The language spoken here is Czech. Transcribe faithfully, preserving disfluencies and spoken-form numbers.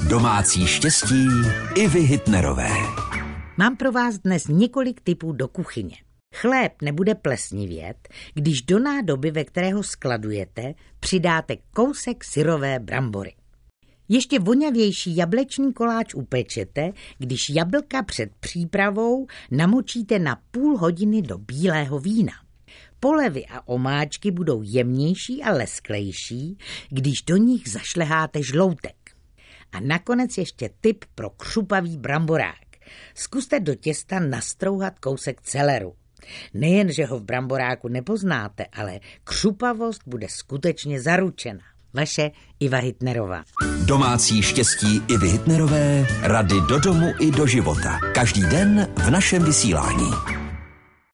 Domácí štěstí Ivy Hitnerové. Mám pro vás dnes několik tipů do kuchyně. Chléb nebude plesnivět, když do nádoby, ve které ho skladujete, přidáte kousek syrové brambory. Ještě voňavější jablečný koláč upečete, když jablka před přípravou namočíte na půl hodiny do bílého vína. Polevy a omáčky budou jemnější a lesklejší, když do nich zašleháte žloutek. A nakonec ještě tip pro křupavý bramborák. Zkuste do těsta nastrouhat kousek celeru. Nejen, že ho v bramboráku nepoznáte, ale křupavost bude skutečně zaručena. Vaše Iva Hitnerová. Domácí štěstí Ivy Hitnerové, rady do domu i do života. Každý den v našem vysílání.